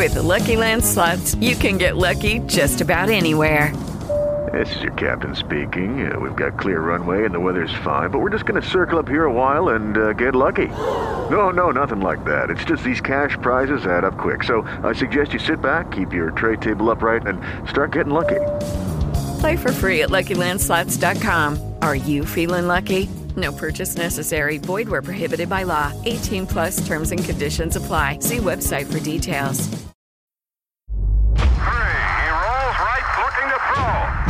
With the Lucky Land Slots, you can get lucky just about anywhere. This is your captain speaking. We've got clear runway and the weather's fine, but we're just going to circle up here a while and get lucky. No, nothing like that. It's just these cash prizes add up quick. So I suggest you sit back, keep your tray table upright, and start getting lucky. Play for free at LuckyLandSlots.com. Are you feeling lucky? No purchase necessary. Void where prohibited by law. 18 plus terms and conditions apply. See website for details. He rolls right, looking to throw.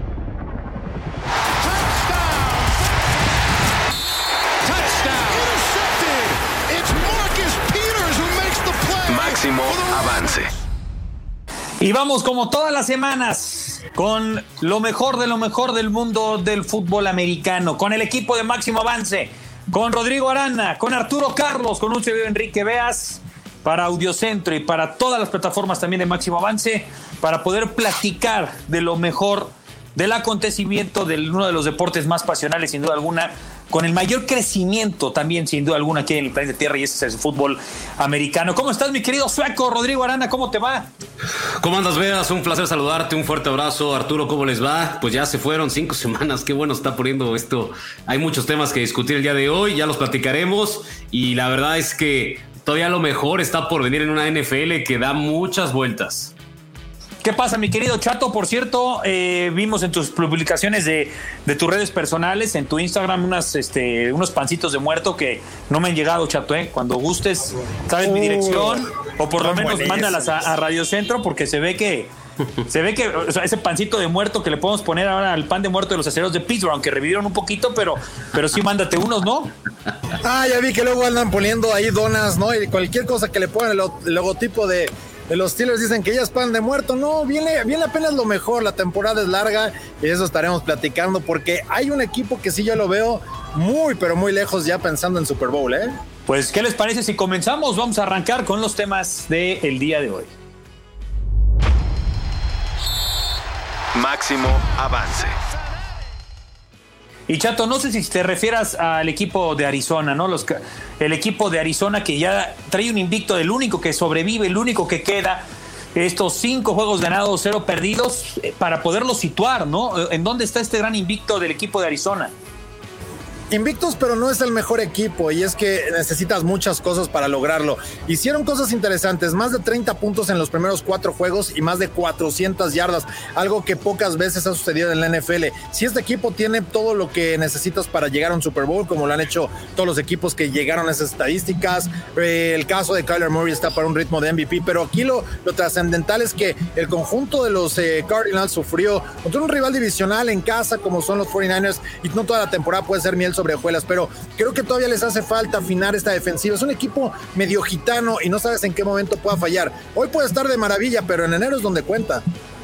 Touchdown! Intercepted! It's Marcus Peters who makes the play. Máximo avance. Y vamos como todas las semanas con lo mejor del mundo del fútbol americano, con el equipo de Máximo Avance, con Rodrigo Arana, con Arturo Carlos, con un servidor Enrique Beas, para Audiocentro y para todas las plataformas también de Máximo Avance, para poder platicar de lo mejor del acontecimiento de uno de los deportes más pasionales, sin duda alguna, con el mayor crecimiento también, sin duda alguna, aquí en el planeta Tierra, y ese es el fútbol americano. ¿Cómo estás, mi querido sueco? Rodrigo Arana, ¿cómo te va? ¿Cómo andas, Veas? Un placer saludarte, un fuerte abrazo. Arturo, ¿cómo les va? Pues ya se fueron 5 semanas, qué bueno está poniendo esto. Hay muchos temas que discutir el día de hoy, ya los platicaremos, y la verdad es que todavía lo mejor está por venir en una NFL que da muchas vueltas. ¿Qué pasa, mi querido Chato? Por cierto, vimos en tus publicaciones de tus redes personales, en tu Instagram, unos pancitos de muerto que no me han llegado, Chato, Cuando gustes, sabes mi dirección, o por lo menos mándalas a Radio Centro, porque se ve que o sea, ese pancito de muerto que le podemos poner ahora al pan de muerto de los acereros de Pittsburgh, aunque revivieron un poquito, pero sí mándate unos, ¿no? Ya vi que luego andan poniendo ahí donas, ¿no? Y cualquier cosa que le pongan el logotipo de los Steelers dicen que ya es pan de muerto. No, viene apenas lo mejor. La temporada es larga y de eso estaremos platicando, porque hay un equipo que sí yo lo veo muy, pero muy lejos ya pensando en Super Bowl, Pues, ¿qué les parece si comenzamos? Vamos a arrancar con los temas del día de hoy. Máximo avance. Y Chato, no sé si te refieras al equipo de Arizona, ¿no? El equipo de Arizona que ya trae un invicto del único que sobrevive, el único que queda. Estos 5 juegos ganados, 0 perdidos, para poderlo situar, ¿no? ¿En dónde está este gran invicto del equipo de Arizona? Invictos, pero no es el mejor equipo, y es que necesitas muchas cosas para lograrlo. Hicieron cosas interesantes, más de 30 puntos en los primeros 4 juegos y más de 400 yardas, algo que pocas veces ha sucedido en la NFL. Si este equipo tiene todo lo que necesitas para llegar a un Super Bowl, como lo han hecho todos los equipos que llegaron a esas estadísticas, el caso de Kyler Murray está para un ritmo de MVP, pero aquí lo trascendental es que el conjunto de los Cardinals sufrió contra un rival divisional en casa como son los 49ers, y no toda la temporada puede ser miel sobre hojuelas, pero creo que todavía les hace falta afinar esta defensiva. Es un equipo medio gitano y no sabes en qué momento pueda fallar. Hoy puede estar de maravilla, pero en enero es donde cuenta.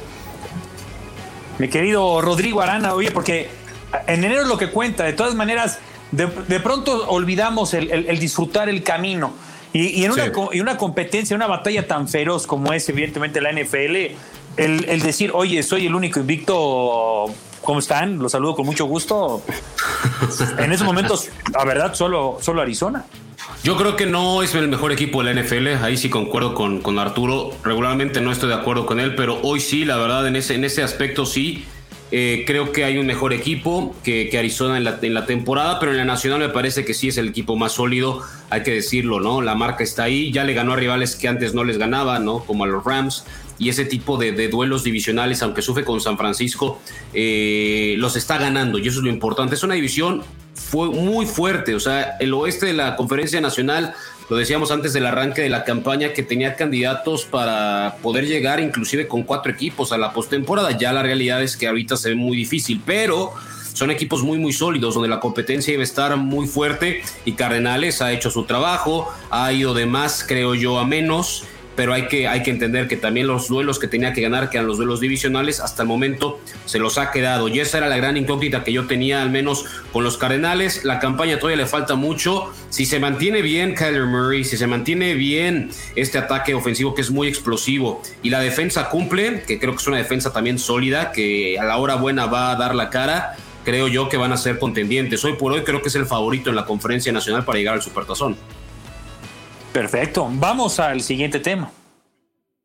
Mi querido Rodrigo Arana, oye, porque en enero es lo que cuenta. De todas maneras, de pronto olvidamos el disfrutar el camino. Y en una competencia, una batalla tan feroz como es evidentemente la NFL, el decir, oye, soy el único invicto. ¿Cómo están? Los saludo con mucho gusto. En esos momentos, la verdad, solo Arizona. Yo creo que no es el mejor equipo de la NFL. Ahí sí concuerdo con Arturo. Regularmente no estoy de acuerdo con él, pero hoy sí, la verdad, en ese aspecto sí. Creo que hay un mejor equipo que Arizona en la temporada, pero en la nacional me parece que sí es el equipo más sólido, hay que decirlo, ¿no? La marca está ahí, ya le ganó a rivales que antes no les ganaba, ¿no? Como a los Rams, y ese tipo de duelos divisionales, aunque sufre con San Francisco, los está ganando, y eso es lo importante. Es una división fue muy fuerte, o sea, el oeste de la Conferencia Nacional, lo decíamos antes del arranque de la campaña, que tenía candidatos para poder llegar inclusive con 4 equipos a la postemporada. Ya la realidad es que ahorita se ve muy difícil, pero son equipos muy muy sólidos, donde la competencia debe estar muy fuerte, y Cardenales ha hecho su trabajo, ha ido de más, creo yo, a menos, pero hay que entender que también los duelos que tenía que ganar, que eran los duelos divisionales, hasta el momento se los ha quedado, y esa era la gran incógnita que yo tenía, al menos con los Cardenales. La campaña todavía le falta mucho. Si se mantiene bien Kyler Murray, si se mantiene bien este ataque ofensivo que es muy explosivo, y la defensa cumple, que creo que es una defensa también sólida, que a la hora buena va a dar la cara, creo yo que van a ser contendientes. Hoy por hoy creo que es el favorito en la Conferencia Nacional para llegar al Supertazón. Perfecto, vamos al siguiente tema.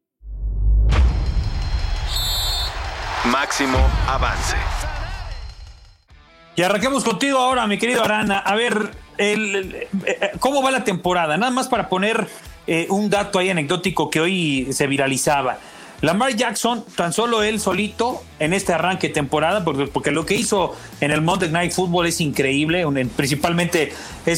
Máximo avance. Y arranquemos contigo ahora, mi querido Arana. A ver, ¿cómo va la temporada? Nada más para poner un dato ahí anecdótico que hoy se viralizaba. Lamar Jackson, tan solo él solito en este arranque de temporada, porque lo que hizo en el Monday Night Football es increíble, principalmente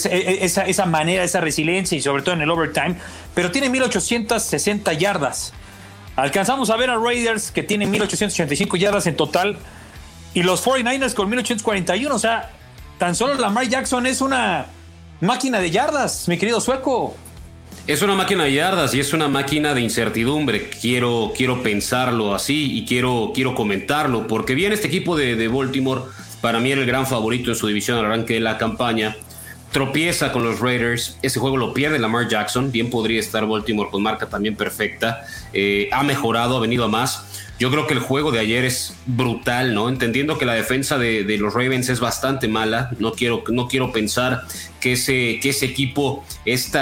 esa manera, esa resiliencia y sobre todo en el overtime, pero tiene 1,860 yardas. Alcanzamos a ver a Raiders que tienen 1,885 yardas en total y los 49ers con 1,841. O sea, tan solo Lamar Jackson es una máquina de yardas, mi querido Sueco. Es una máquina de yardas y es una máquina de incertidumbre. Quiero pensarlo así y quiero comentarlo, porque bien este equipo de Baltimore, para mí era el gran favorito en su división al arranque de la campaña. Tropieza con los Raiders, ese juego lo pierde Lamar Jackson, bien podría estar Baltimore con marca también perfecta, ha mejorado, ha venido a más. Yo creo que el juego de ayer es brutal, ¿no? Entendiendo que la defensa de los Ravens es bastante mala, no quiero pensar que ese equipo es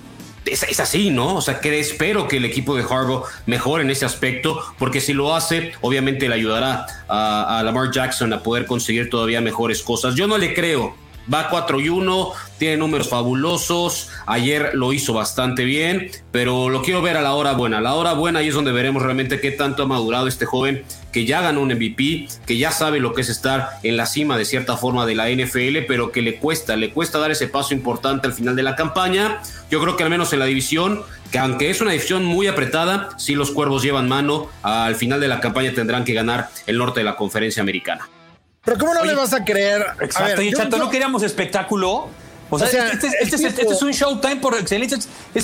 así, ¿no? O sea, que espero que el equipo de Harbaugh mejore en ese aspecto, porque si lo hace, obviamente le ayudará a Lamar Jackson a poder conseguir todavía mejores cosas. Yo no le creo. Va 4-1, tiene números fabulosos, ayer lo hizo bastante bien, pero lo quiero ver a la hora buena. A la hora buena ahí es donde veremos realmente qué tanto ha madurado este joven que ya ganó un MVP, que ya sabe lo que es estar en la cima de cierta forma de la NFL, pero que le cuesta dar ese paso importante al final de la campaña. Yo creo que al menos en la división, que aunque es una división muy apretada, sí los Cuervos llevan mano, al final de la campaña tendrán que ganar el norte de la Conferencia Americana. Pero ¿cómo no le vas a creer? Exacto, y Chato, ¿no queríamos espectáculo? O sea, este es un showtime por excelencia.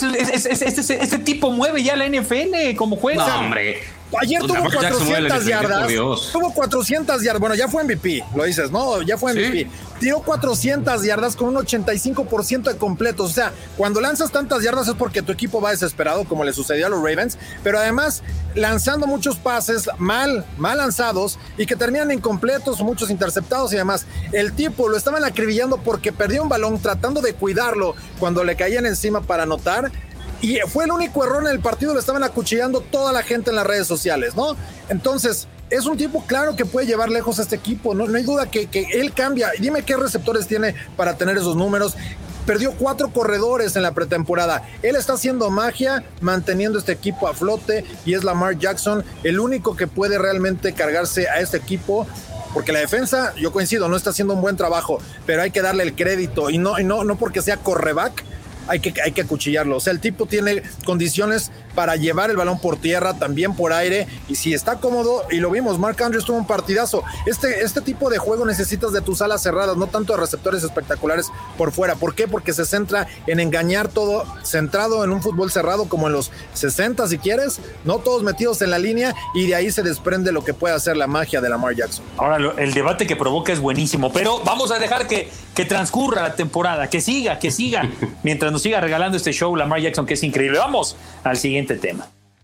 Este tipo mueve ya la NFL como juega. No, hombre. Ayer tuvo 400 yardas. Tuvo 400 yardas. Bueno, ya fue MVP, lo dices, ¿no? Ya fue MVP. Sí. Tiró 400 yardas con un 85% de completos. O sea, cuando lanzas tantas yardas es porque tu equipo va desesperado, como le sucedió a los Ravens. Pero además, lanzando muchos pases mal lanzados y que terminan incompletos, muchos interceptados y demás. El tipo lo estaban acribillando porque perdió un balón tratando de cuidarlo cuando le caían encima para anotar. Y fue el único error en el partido, lo estaban acuchillando toda la gente en las redes sociales, ¿no? Entonces, es un tipo claro que puede llevar lejos a este equipo, no hay duda que él cambia. Dime qué receptores tiene para tener esos números. Perdió 4 corredores en la pretemporada. Él está haciendo magia, manteniendo este equipo a flote, y es Lamar Jackson el único que puede realmente cargarse a este equipo. Porque la defensa, yo coincido, no está haciendo un buen trabajo, pero hay que darle el crédito, y no porque sea cornerback, hay que acuchillarlo. O sea, el tipo tiene condiciones para llevar el balón por tierra, también por aire, y si está cómodo, y lo vimos, Mark Andrews tuvo un partidazo. Este tipo de juego necesitas de tus alas cerradas, no tanto de receptores espectaculares por fuera. ¿Por qué? Porque se centra en engañar todo, centrado en un fútbol cerrado como en los 60, si quieres, no todos metidos en la línea, y de ahí se desprende lo que puede hacer la magia de Lamar Jackson. Ahora, el debate que provoca es buenísimo, pero vamos a dejar que transcurra la temporada, que siga, mientras nos siga regalando este show Lamar Jackson, que es increíble. Vamos al siguiente tema.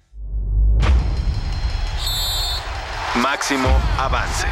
Máximo avance.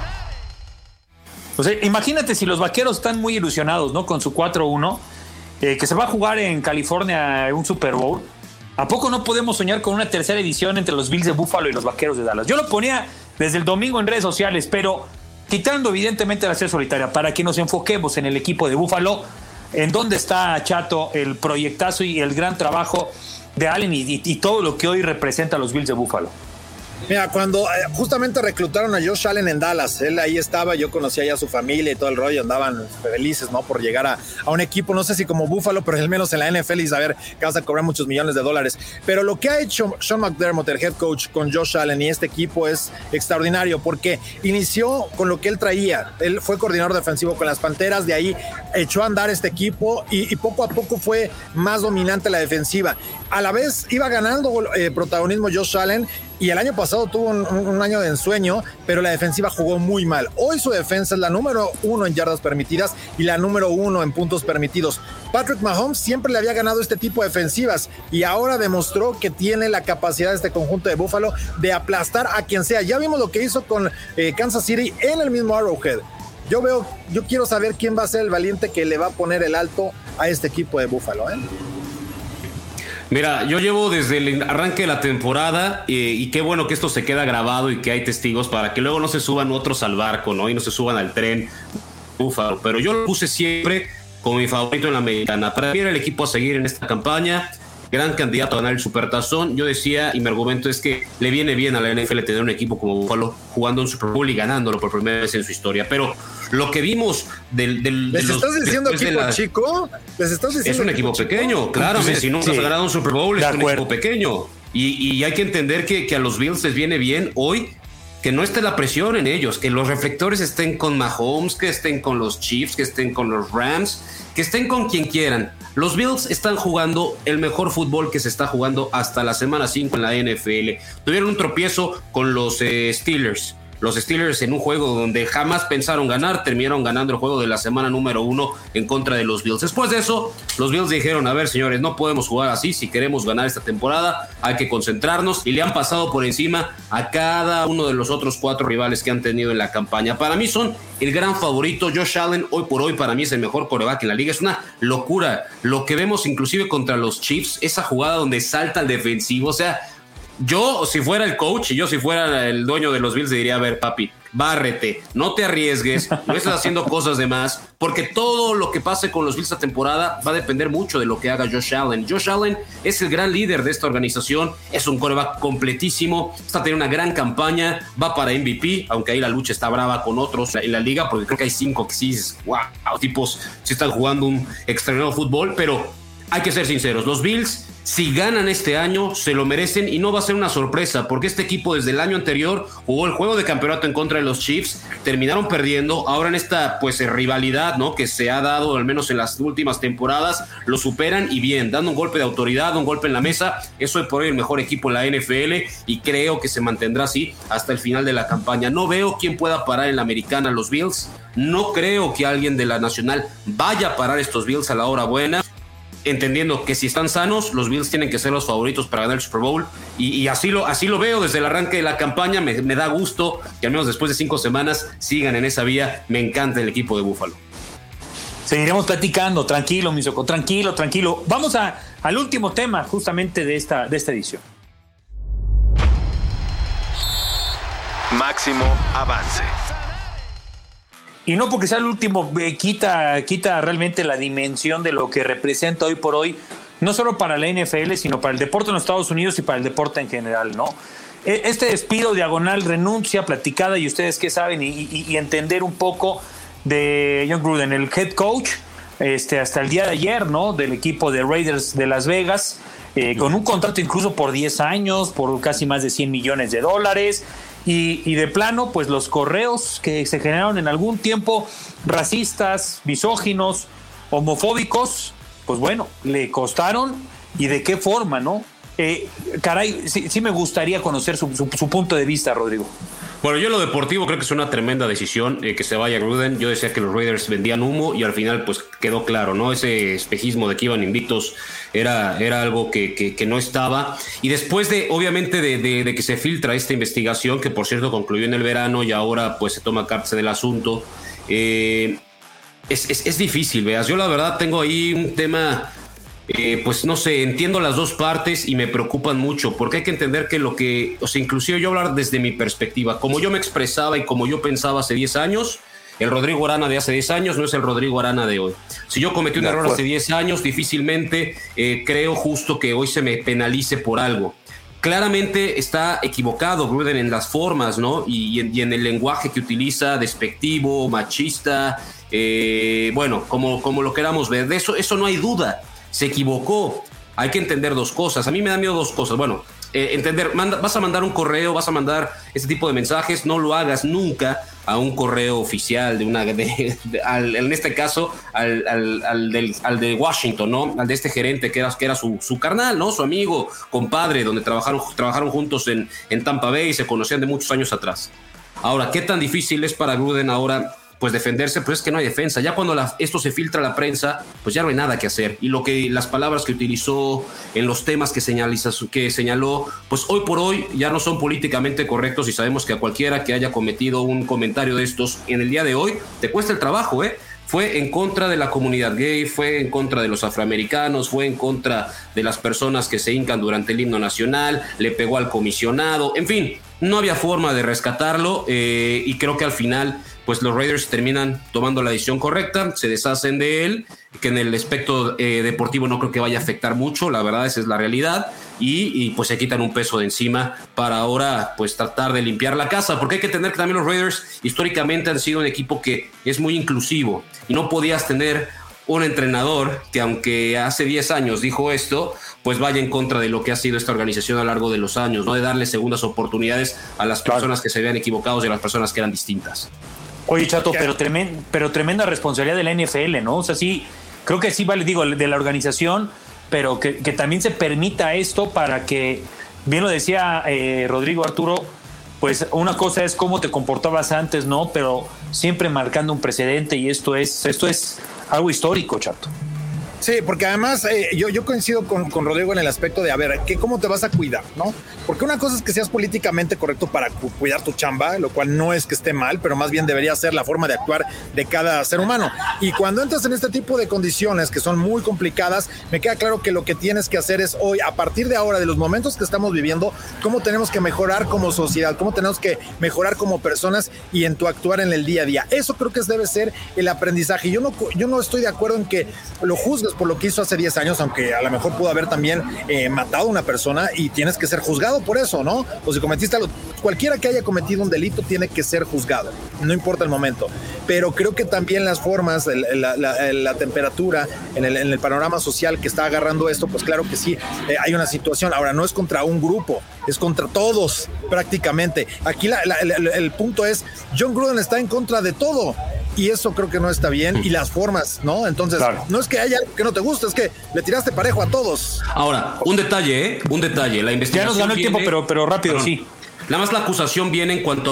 O sea, imagínate si los Vaqueros están muy ilusionados, ¿no? Con su 4-1, que se va a jugar en California un Super Bowl. ¿A poco no podemos soñar con una tercera edición entre los Bills de Buffalo y los Vaqueros de Dallas? Yo lo ponía desde el domingo en redes sociales, pero quitando evidentemente la serie solitaria, para que nos enfoquemos en el equipo de Buffalo, en dónde está, Chato, el proyectazo y el gran trabajo de Allen y todo lo que hoy representa a los Bills de Buffalo. Mira, cuando justamente reclutaron a Josh Allen en Dallas, él ahí estaba, yo conocía ya a su familia y todo el rollo, andaban felices, ¿no? Por llegar a un equipo, no sé si como Buffalo, pero al menos en la NFL y saber que vas a cobrar muchos millones de dólares. Pero lo que ha hecho Sean McDermott, el head coach, con Josh Allen y este equipo es extraordinario, porque inició con lo que él traía. Él fue coordinador defensivo con las Panteras, de ahí echó a andar este equipo y poco a poco fue más dominante la defensiva. A la vez iba ganando protagonismo Josh Allen, y el año pasado tuvo un año de ensueño, pero la defensiva jugó muy mal. Hoy su defensa es la número 1 en yardas permitidas y la número 1 en puntos permitidos. Patrick Mahomes siempre le había ganado este tipo de defensivas y ahora demostró que tiene la capacidad de este conjunto de Buffalo de aplastar a quien sea. Ya vimos lo que hizo con Kansas City en el mismo Arrowhead. Yo quiero saber quién va a ser el valiente que le va a poner el alto a este equipo de Buffalo, ¿eh? Mira, yo llevo desde el arranque de la temporada y qué bueno que esto se queda grabado y que hay testigos para que luego no se suban otros al barco, ¿no? Y no se suban al tren Búfalo. Pero yo lo puse siempre como mi favorito en la americana. Para mí era el equipo a seguir en esta campaña. Gran candidato a ganar el Supertazón. Yo decía, y mi argumento es que le viene bien a la NFL tener un equipo como Buffalo jugando un Super Bowl y ganándolo por primera vez en su historia. Pero lo que vimos ¿Les estás diciendo equipo chico? ¿Les estás diciendo es un equipo pequeño? Claro, si no has ganado un Super Bowl, es un equipo pequeño. Y hay que entender que a los Bills les viene bien hoy que no esté la presión en ellos, que los reflectores estén con Mahomes, que estén con los Chiefs, que estén con los Rams, que estén con quien quieran. Los Bills están jugando el mejor fútbol que se está jugando hasta la semana 5 en la NFL. Tuvieron un tropiezo con los Steelers. Los Steelers en un juego donde jamás pensaron ganar, terminaron ganando el juego de la semana número 1 en contra de los Bills. Después de eso, los Bills dijeron, a ver señores, no podemos jugar así, si queremos ganar esta temporada hay que concentrarnos, y le han pasado por encima a cada uno de los otros 4 rivales que han tenido en la campaña. Para mí son el gran favorito. Josh Allen hoy por hoy para mí es el mejor quarterback en la liga. Es una locura lo que vemos inclusive contra los Chiefs, esa jugada donde salta el defensivo, o sea, yo, si fuera el coach y yo si fuera el dueño de los Bills, le diría, a ver, papi, bárrete, no te arriesgues, no estás haciendo cosas de más, porque todo lo que pase con los Bills esta temporada va a depender mucho de lo que haga Josh Allen. Josh Allen es el gran líder de esta organización, es un quarterback completísimo, está teniendo una gran campaña, va para MVP, aunque ahí la lucha está brava con otros en la liga, porque creo que hay 5 que sí, wow, tipos sí están jugando un extraordinario fútbol, pero hay que ser sinceros, los Bills, si ganan este año, se lo merecen y no va a ser una sorpresa, porque este equipo desde el año anterior jugó el juego de campeonato en contra de los Chiefs, terminaron perdiendo, ahora en esta pues rivalidad, ¿no?, que se ha dado al menos en las últimas temporadas, lo superan y bien, dando un golpe de autoridad, un golpe en la mesa. Eso es por hoy el mejor equipo en la NFL y creo que se mantendrá así hasta el final de la campaña. No veo quién pueda parar en la americana los Bills, no creo que alguien de la nacional vaya a parar estos Bills a la hora buena, entendiendo que si están sanos, los Bills tienen que ser los favoritos para ganar el Super Bowl, y así lo veo desde el arranque de la campaña. Me da gusto que al menos después de 5 semanas sigan en esa vía. Me encanta el equipo de Buffalo. Seguiremos platicando, tranquilo, Misoko, tranquilo. Vamos al último tema justamente de esta edición. Máximo avance. Y no porque sea el último, quita realmente la dimensión de lo que representa hoy por hoy, no solo para la NFL, sino para el deporte en los Estados Unidos y para el deporte en general, ¿no? Este despido diagonal, renuncia platicada, y ustedes qué saben, y entender un poco de Jon Gruden, el head coach, hasta el día de ayer, ¿no?, del equipo de Raiders de Las Vegas, con un contrato incluso por 10 años, por casi más de $100 millones. Y de plano, pues los correos que se generaron en algún tiempo, racistas, misóginos, homofóbicos, pues bueno, le costaron, y de qué forma, ¿no? Sí me gustaría conocer su punto de vista, Rodrigo. Bueno, yo en lo deportivo creo que es una tremenda decisión que se vaya Gruden. Yo decía que los Raiders vendían humo y al final pues quedó claro, ¿no? Ese espejismo de que iban invictos era algo que no estaba. Y después obviamente de que se filtra esta investigación, que por cierto concluyó en el verano y ahora pues se toma cartas del asunto, es difícil, veas. Yo la verdad tengo ahí un tema... pues no sé, entiendo las dos partes y me preocupan mucho, porque hay que entender que inclusive yo hablar desde mi perspectiva, como yo me expresaba y como yo pensaba hace 10 años, el Rodrigo Arana de hace 10 años no es el Rodrigo Arana de hoy. Si yo cometí un error hace 10 años, difícilmente creo justo que hoy se me penalice por algo. Claramente está equivocado Gruden en las formas, ¿no? Y en el lenguaje que utiliza, despectivo, machista, bueno, como lo queramos ver, de eso no hay duda. Se equivocó. Hay que entender dos cosas. A mí me da miedo dos cosas. Bueno, entender, vas a mandar un correo, vas a mandar este tipo de mensajes, no lo hagas nunca a un correo oficial en este caso al de Washington, ¿no? Al de este gerente que era su carnal, ¿no? Su amigo, compadre, donde trabajaron juntos en Tampa Bay y se conocían de muchos años atrás. Ahora, ¿qué tan difícil es para Gruden ahora pues defenderse? Pues es que no hay defensa. Ya cuando esto se filtra a la prensa, pues ya no hay nada que hacer. Y las palabras que utilizó en los temas que señaló, pues hoy por hoy ya no son políticamente correctos, y sabemos que a cualquiera que haya cometido un comentario de estos en el día de hoy, te cuesta el trabajo, fue en contra de la comunidad gay, fue en contra de los afroamericanos, fue en contra de las personas que se hincan durante el himno nacional, le pegó al comisionado, en fin, no había forma de rescatarlo y creo que al final pues los Raiders terminan tomando la decisión correcta, se deshacen de él, que en el aspecto deportivo no creo que vaya a afectar mucho, la verdad esa es la realidad, y pues se quitan un peso de encima para ahora pues tratar de limpiar la casa, porque hay que tener que también los Raiders históricamente han sido un equipo que es muy inclusivo y no podías tener un entrenador que aunque hace 10 años dijo esto, pues vaya en contra de lo que ha sido esta organización a lo largo de los años, ¿no? De darle segundas oportunidades a las personas que se vean equivocados y a las personas que eran distintas. Oye, Chato, pero tremenda responsabilidad de la NFL, ¿no? O sea, sí, creo que sí vale, digo, de la organización, pero que también se permita esto para que, bien lo decía Rodrigo, Arturo, pues una cosa es cómo te comportabas antes, ¿no? Pero siempre marcando un precedente y esto es algo histórico, Chato. Sí, porque además yo coincido con Rodrigo en el aspecto de, a ver, ¿cómo te vas a cuidar, no? Porque una cosa es que seas políticamente correcto para cuidar tu chamba, lo cual no es que esté mal, pero más bien debería ser la forma de actuar de cada ser humano. Y cuando entras en este tipo de condiciones que son muy complicadas, me queda claro que lo que tienes que hacer es hoy, a partir de ahora, de los momentos que estamos viviendo, cómo tenemos que mejorar como sociedad, cómo tenemos que mejorar como personas y en tu actuar en el día a día. Eso creo que debe ser el aprendizaje. Yo no estoy de acuerdo en que lo juzgues por lo que hizo hace 10 años, aunque a lo mejor pudo haber también matado a una persona y tienes que ser juzgado por eso, ¿no? O si cometiste algo, cualquiera que haya cometido un delito tiene que ser juzgado, no importa el momento. Pero creo que también las formas, la temperatura, en el panorama social que está agarrando esto, pues claro que sí, hay una situación. Ahora, no es contra un grupo, es contra todos prácticamente. Aquí el punto es, John Gruden está en contra de todo. Y eso creo que no está bien. Y las formas, ¿no? Entonces, claro, no es que haya algo que no te guste, es que le tiraste parejo a todos. Ahora, un detalle. La investigación ya nos ganó el tiempo, pero rápido, perdón, sí. Nada más la acusación viene en cuanto a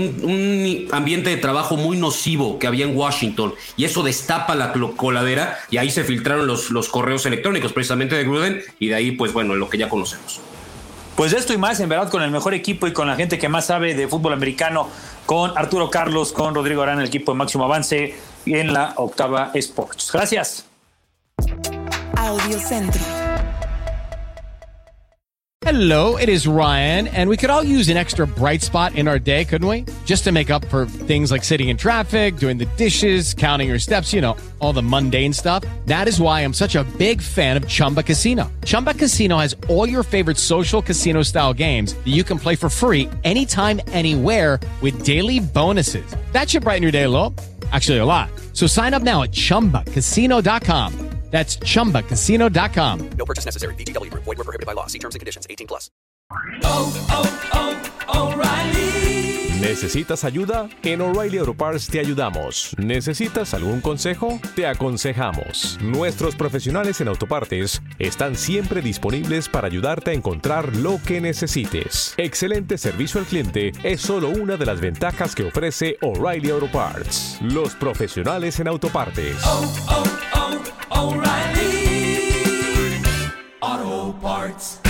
un ambiente de trabajo muy nocivo que había en Washington. Y eso destapa la coladera y ahí se filtraron los correos electrónicos precisamente de Gruden. Y de ahí, pues bueno, lo que ya conocemos. Pues esto y más, en verdad, con el mejor equipo y con la gente que más sabe de fútbol americano, con Arturo Carlos, con Rodrigo Arana, el equipo de Máximo Avance y en la Octava Sports. Gracias. Audio Centro. Hello, it is Ryan, and we could all use an extra bright spot in our day, couldn't we? Just to make up for things like sitting in traffic, doing the dishes, counting your steps, you know, all the mundane stuff. That is why I'm such a big fan of Chumba Casino. Chumba Casino has all your favorite social casino-style games that you can play for free anytime, anywhere with daily bonuses. That should brighten your day a little. Actually, a lot. So sign up now at ChumbaCasino.com. That's ChumbaCasino.com. No purchase necessary. VGW Group. Void where prohibited by law. See terms and conditions. 18+. O'Reilly. ¿Necesitas ayuda? En O'Reilly Auto Parts te ayudamos. ¿Necesitas algún consejo? Te aconsejamos. Nuestros profesionales en autopartes están siempre disponibles para ayudarte a encontrar lo que necesites. Excelente servicio al cliente es solo una de las ventajas que ofrece O'Reilly Auto Parts. Los profesionales en autopartes. O'Reilly Auto Parts.